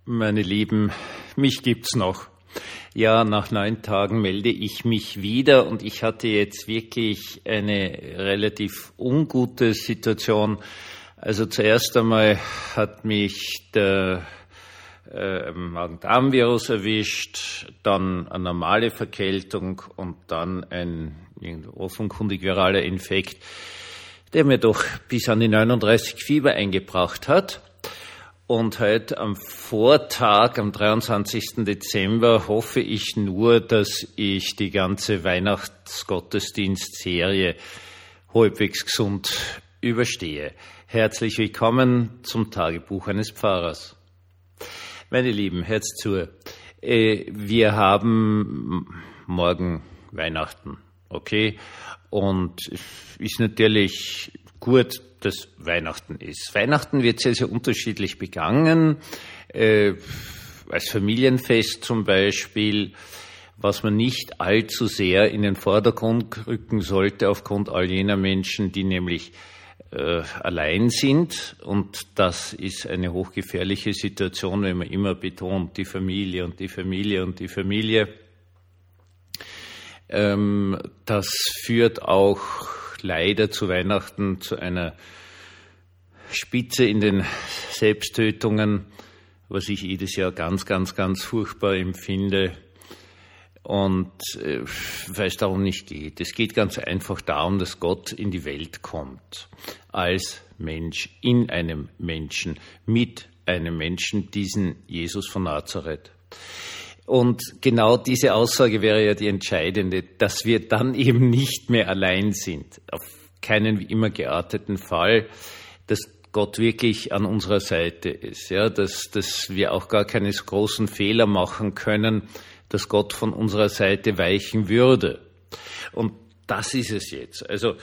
Meine Lieben, mich gibt's noch. Ja, nach 9 Tagen melde ich mich wieder und ich hatte jetzt wirklich eine relativ ungute Situation. Also zuerst einmal hat mich der Magen-Darm-Virus erwischt, dann eine normale Verkältung und dann ein offenkundig viraler Infekt, der mir doch bis an die 39 Fieber eingebracht hat. Und heute am Vortag, am 23. Dezember, hoffe ich nur, dass ich die ganze Weihnachtsgottesdienstserie halbwegs gesund überstehe. Herzlich willkommen zum Tagebuch eines Pfarrers. Meine Lieben, hört zu. Wir haben morgen Weihnachten, okay? Und es ist natürlich gut, dass Weihnachten ist. Weihnachten wird sehr, sehr unterschiedlich begangen. Als Familienfest zum Beispiel, was man nicht allzu sehr in den Vordergrund rücken sollte aufgrund all jener Menschen, die nämlich allein sind. Und das ist eine hochgefährliche Situation, wenn man immer betont, die Familie und die Familie und die Familie. Das führt auch leider zu Weihnachten zu einer Spitze in den Selbsttötungen, was ich jedes Jahr ganz, ganz, ganz furchtbar empfinde. Und weil es darum nicht geht. Es geht ganz einfach darum, dass Gott in die Welt kommt. Als Mensch, in einem Menschen, mit einem Menschen, diesen Jesus von Nazareth. Und genau diese Aussage wäre ja die entscheidende, dass wir dann eben nicht mehr allein sind. Auf keinen wie immer gearteten Fall, dass Gott wirklich an unserer Seite ist, ja, dass wir auch gar keine großen Fehler machen können, dass Gott von unserer Seite weichen würde. Und das ist es jetzt. Also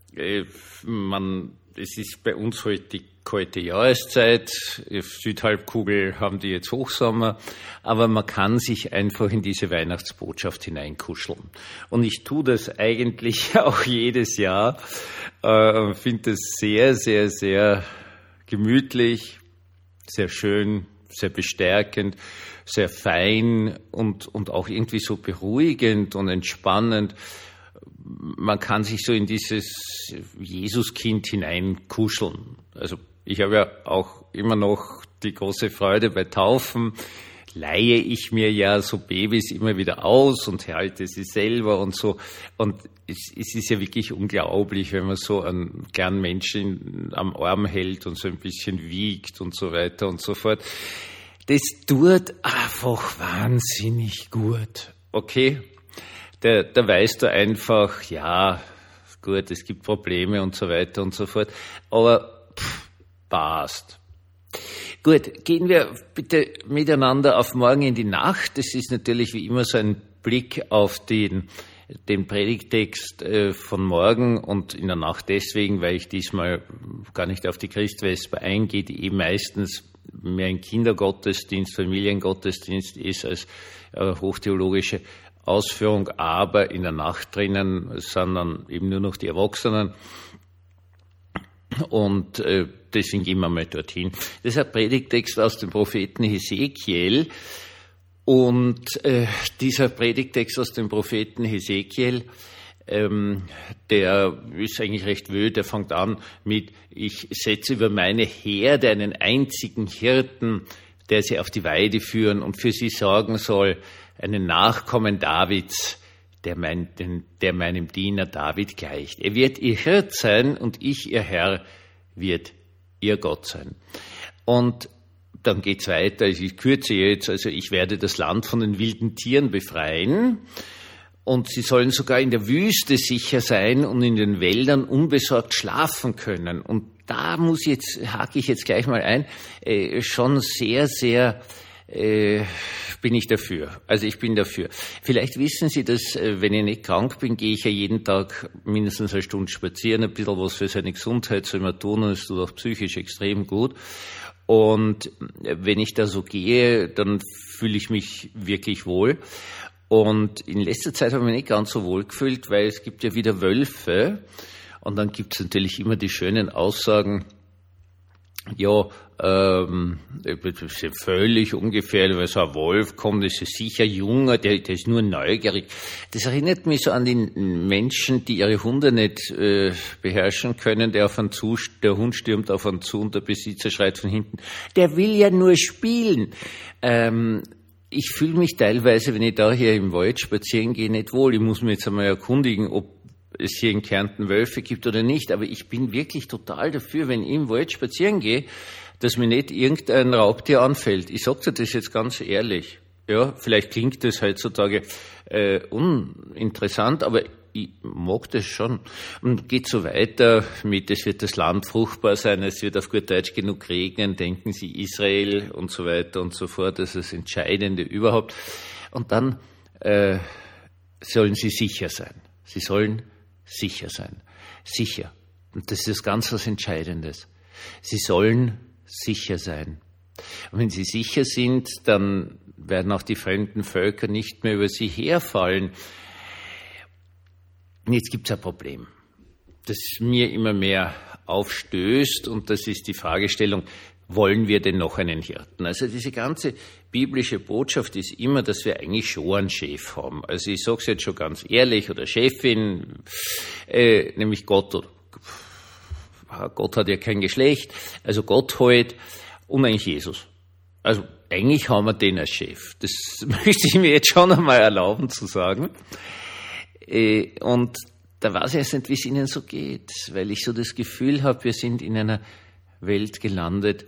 es ist bei uns heute die kalte Jahreszeit, auf Südhalbkugel haben die jetzt Hochsommer, aber man kann sich einfach in diese Weihnachtsbotschaft hineinkuscheln. Und ich tue das eigentlich auch jedes Jahr, finde das sehr, sehr, sehr gemütlich, sehr schön, sehr bestärkend, sehr fein und auch irgendwie so beruhigend und entspannend. Man kann sich so in dieses Jesuskind hineinkuscheln. Also ich habe ja auch immer noch die große Freude bei Taufen, leihe ich mir ja so Babys immer wieder aus und halte sie selber und so. Und es ist ja wirklich unglaublich, wenn man so einen kleinen Menschen am Arm hält und so ein bisschen wiegt und so weiter und so fort. Das tut einfach wahnsinnig gut, okay? Da weißt du einfach, ja, gut, es gibt Probleme und so weiter und so fort, aber passt. Gut, gehen wir bitte miteinander auf morgen in die Nacht. Das ist natürlich wie immer so ein Blick auf den Predigtext von morgen und in der Nacht deswegen, weil ich diesmal gar nicht auf die Christvesper eingehe, die eben meistens mehr ein Kindergottesdienst, Familiengottesdienst ist als hochtheologische Ausführung, aber in der Nacht drinnen sind dann eben nur noch die Erwachsenen und deswegen gehen wir mal dorthin. Das ist ein Predigtext aus dem Propheten Hesekiel und dieser Predigtext aus dem Propheten Hesekiel, der ist eigentlich recht wöh, der fängt an mit: Ich setze über meine Herde einen einzigen Hirten, der sie auf die Weide führen und für sie sorgen soll, einen Nachkommen Davids, der meinem Diener David gleicht. Er wird ihr Hirt sein und ich, ihr Herr, wird ihr Gott sein. Und dann geht's weiter, ich kürze jetzt, also ich werde das Land von den wilden Tieren befreien und sie sollen sogar in der Wüste sicher sein und in den Wäldern unbesorgt schlafen können. Und da hake ich jetzt gleich mal ein, schon sehr, sehr bin ich dafür. Also ich bin dafür. Vielleicht wissen Sie, dass, wenn ich nicht krank bin, gehe ich ja jeden Tag mindestens 1 Stunde spazieren, ein bisschen was für seine Gesundheit soll man tun und es tut auch psychisch extrem gut. Und wenn ich da so gehe, dann fühle ich mich wirklich wohl. Und in letzter Zeit habe ich mich nicht ganz so wohl gefühlt, weil es gibt ja wieder Wölfe. Und dann gibt es natürlich immer die schönen Aussagen, ja, das ist ja völlig ungefährlich, weil so ein Wolf kommt, das ist sicher junger, der ist nur neugierig. Das erinnert mich so an die Menschen, die ihre Hunde nicht beherrschen können, der Hund stürmt auf einen zu und der Besitzer schreit von hinten, der will ja nur spielen. Ich fühle mich teilweise, wenn ich da hier im Wald spazieren gehe, nicht wohl. Ich muss mich jetzt einmal erkundigen, ob es hier in Kärnten Wölfe gibt oder nicht, aber ich bin wirklich total dafür, wenn ich im Wald spazieren gehe, dass mir nicht irgendein Raubtier anfällt. Ich sage dir das jetzt ganz ehrlich. Ja, vielleicht klingt das heutzutage uninteressant, aber ich mag das schon. Und geht so weiter mit, es wird das Land fruchtbar sein, es wird auf gut Deutsch genug regnen, denken Sie Israel und so weiter und so fort, das ist das Entscheidende überhaupt. Und dann sollen Sie sicher sein. Sie sollen sicher sein. Sicher. Und das ist ganz was Entscheidendes. Sie sollen sicher sein. Und wenn sie sicher sind, dann werden auch die fremden Völker nicht mehr über sie herfallen. Und jetzt gibt's ein Problem, das mir immer mehr aufstößt, und das ist die Fragestellung, wollen wir denn noch einen Hirten? Also diese ganze biblische Botschaft ist immer, dass wir eigentlich schon einen Chef haben. Also ich sage es jetzt schon ganz ehrlich, oder Chefin, nämlich Gott. Gott hat ja kein Geschlecht, also Gott halt, und eigentlich Jesus. Also eigentlich haben wir den als Chef. Das möchte ich mir jetzt schon einmal erlauben zu sagen. Und da weiß ich jetzt nicht, wie es Ihnen so geht, weil ich so das Gefühl habe, wir sind in einer Welt gelandet,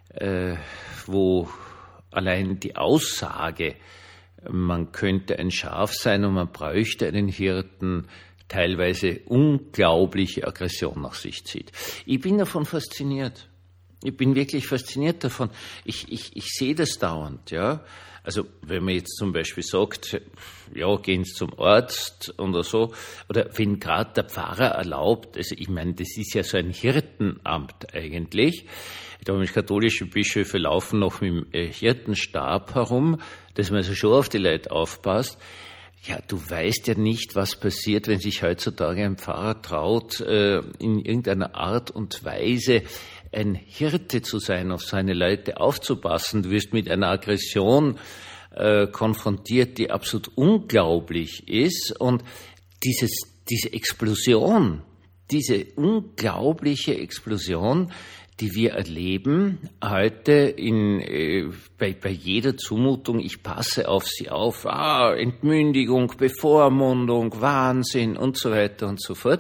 wo allein die Aussage, man könnte ein Schaf sein und man bräuchte einen Hirten, teilweise unglaubliche Aggression nach sich zieht. Ich bin davon fasziniert. Ich bin wirklich fasziniert davon. Ich sehe das dauernd, ja. Also, wenn man jetzt zum Beispiel sagt, ja, gehen Sie zum Arzt oder so, oder wenn gerade der Pfarrer erlaubt, also ich meine, das ist ja so ein Hirtenamt eigentlich. Da haben katholische Bischöfe laufen noch mit dem Hirtenstab herum, dass man also schon auf die Leute aufpasst. Ja, du weißt ja nicht, was passiert, wenn sich heutzutage ein Pfarrer traut, in irgendeiner Art und Weise ein Hirte zu sein, auf seine Leute aufzupassen. Du wirst mit einer Aggression konfrontiert, die absolut unglaublich ist. Und diese Explosion, diese unglaubliche Explosion, die wir erleben heute bei jeder Zumutung, ich passe auf sie auf, Entmündigung, Bevormundung, Wahnsinn und so weiter und so fort.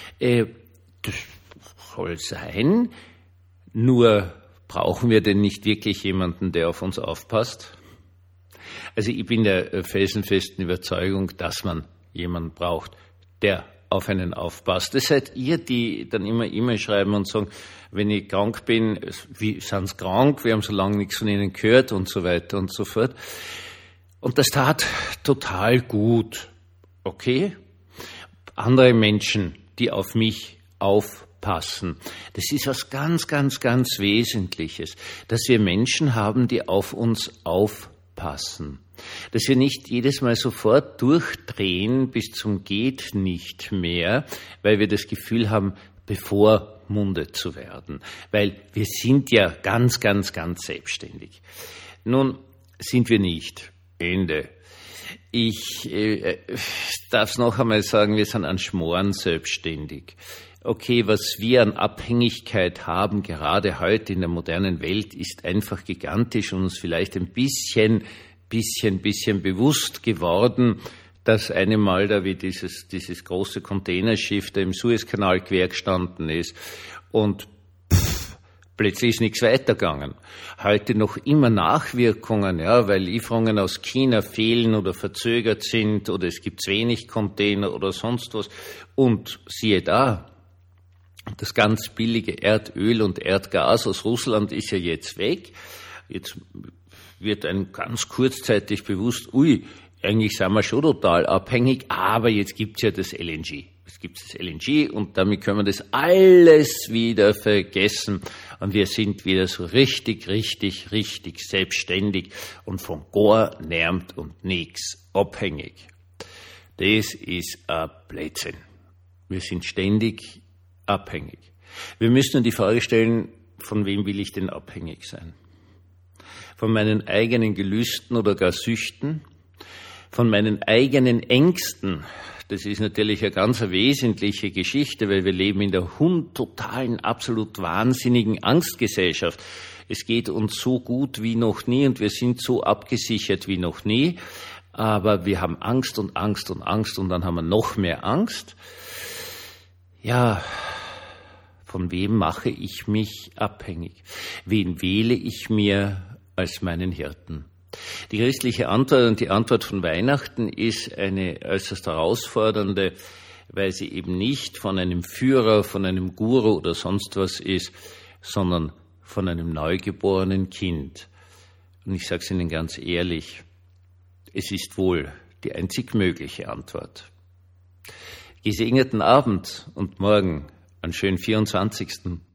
Das soll sein, nur brauchen wir denn nicht wirklich jemanden, der auf uns aufpasst? Also ich bin der felsenfesten Überzeugung, dass man jemanden braucht, der auf einen aufpasst. Das seid ihr, die dann immer E-Mail schreiben und sagen, wenn ich krank bin, wie sind Sie krank? Wir haben so lange nichts von Ihnen gehört und so weiter und so fort. Und das tat total gut. Okay? Andere Menschen, die auf mich aufpassen. Das ist was ganz, ganz, ganz Wesentliches, dass wir Menschen haben, die auf uns aufpassen. Dass wir nicht jedes Mal sofort durchdrehen bis zum geht nicht mehr, weil wir das Gefühl haben, bevormundet zu werden. Weil wir sind ja ganz, ganz, ganz selbstständig. Nun sind wir nicht. Ende. Ich darf es noch einmal sagen, wir sind an Schmoren selbstständig. Okay, was wir an Abhängigkeit haben, gerade heute in der modernen Welt, ist einfach gigantisch und uns vielleicht ein bisschen bewusst geworden, dass eine Mal da wie dieses große Containerschiff da im Suezkanal quer gestanden ist und plötzlich ist nichts weitergegangen. Heute noch immer Nachwirkungen, ja, weil Lieferungen aus China fehlen oder verzögert sind oder es gibt zu wenig Container oder sonst was. Und siehe da, das ganz billige Erdöl und Erdgas aus Russland ist ja jetzt weg. Jetzt wird einem ganz kurzzeitig bewusst, eigentlich sind wir schon total abhängig, aber jetzt gibt's ja das LNG. Jetzt gibt's das LNG und damit können wir das alles wieder vergessen und wir sind wieder so richtig selbstständig und von gar niemand und nichts abhängig. Das ist ein Blödsinn. Wir sind ständig abhängig. Wir müssen uns die Frage stellen, von wem will ich denn abhängig sein? Von meinen eigenen Gelüsten oder gar Süchten? Von meinen eigenen Ängsten? Das ist natürlich eine ganz wesentliche Geschichte, weil wir leben in der totalen, absolut wahnsinnigen Angstgesellschaft. Es geht uns so gut wie noch nie und wir sind so abgesichert wie noch nie. Aber wir haben Angst und Angst und Angst und dann haben wir noch mehr Angst. Ja, von wem mache ich mich abhängig? Wen wähle ich mir als meinen Hirten? Die christliche Antwort und die Antwort von Weihnachten ist eine äußerst herausfordernde, weil sie eben nicht von einem Führer, von einem Guru oder sonst was ist, sondern von einem neugeborenen Kind. Und ich sage es Ihnen ganz ehrlich, es ist wohl die einzig mögliche Antwort. Gesegneten Abend und morgen, einen schönen 24.